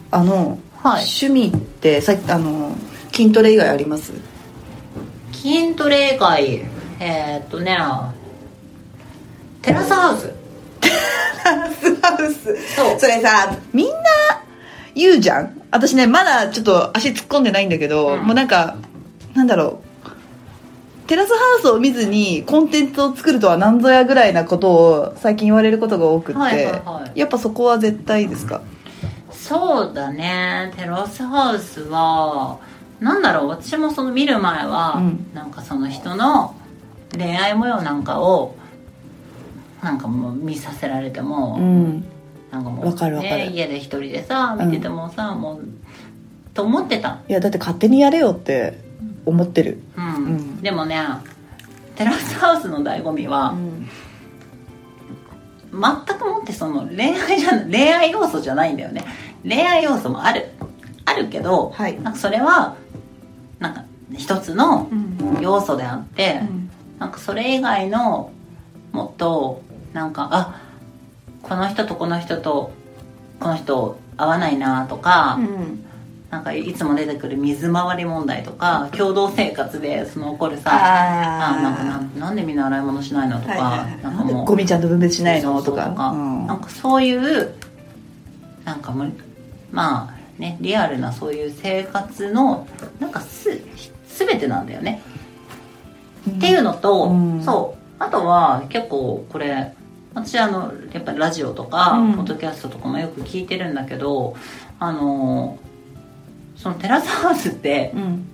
趣味ってさっき筋トレ以外あります？ 筋トレ以外テラスハウス。 テラスハウス。 そう。 それさ、みんな言うじゃん。私ね、まだちょっと足突っ込んでないんだけど、もうなんだろう、テラスハウスを見ずにコンテンツを作るとは何ぞやぐらいなことを最近言われることが多くって、やっぱそこは絶対ですか？ そうだね。テラスハウスは私もその見る前は、なんかその人の恋愛模様なんかをなんかもう見させられても、なんかもう、 わかる家で一人でさ見ててもさ、もうと思ってた。 いやだって勝手にやれよって思ってる。 でもね、テラスハウスの醍醐味は、全くもってその恋愛要素じゃないんだよね。恋愛要素もあるけど、なんかそれはなんか一つの要素であって、なんかそれ以外のもっとなんかこの人とこの人とこの人合わないなとか、なんかいつも出てくる水回り問題とか、共同生活でその起こるさ、なんでみんな洗い物しないのとか、なんかもうゴミちゃんと分別しないのとか、 なんかそういうなんかまあね、リアルなそういう生活のなんか全てなんだよね、っていうのと、そうあとは結構これ私やっぱりラジオとか、ポッドキャストとかもよく聞いてるんだけど、そのテラスハウスって、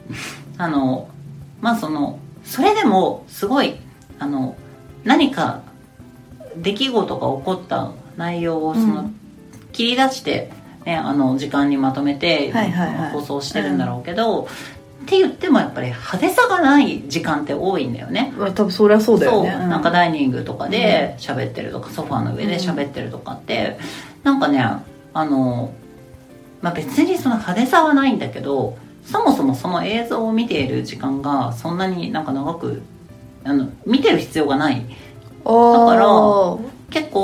まあそれでもすごい何か出来事が起こった内容を切り出して、ね、時間にまとめて放送してるんだろうけど、って言ってもやっぱり派手さがない時間って多いんだよね。 多分そりゃそうだよね。 なんかダイニングとかで喋ってるとか、ソファーの上で喋ってるとかって、なんかねまあ、別にその派手さはないんだけど、そもそもその映像を見ている時間がそんなになんか長く見てる必要がない。だから結構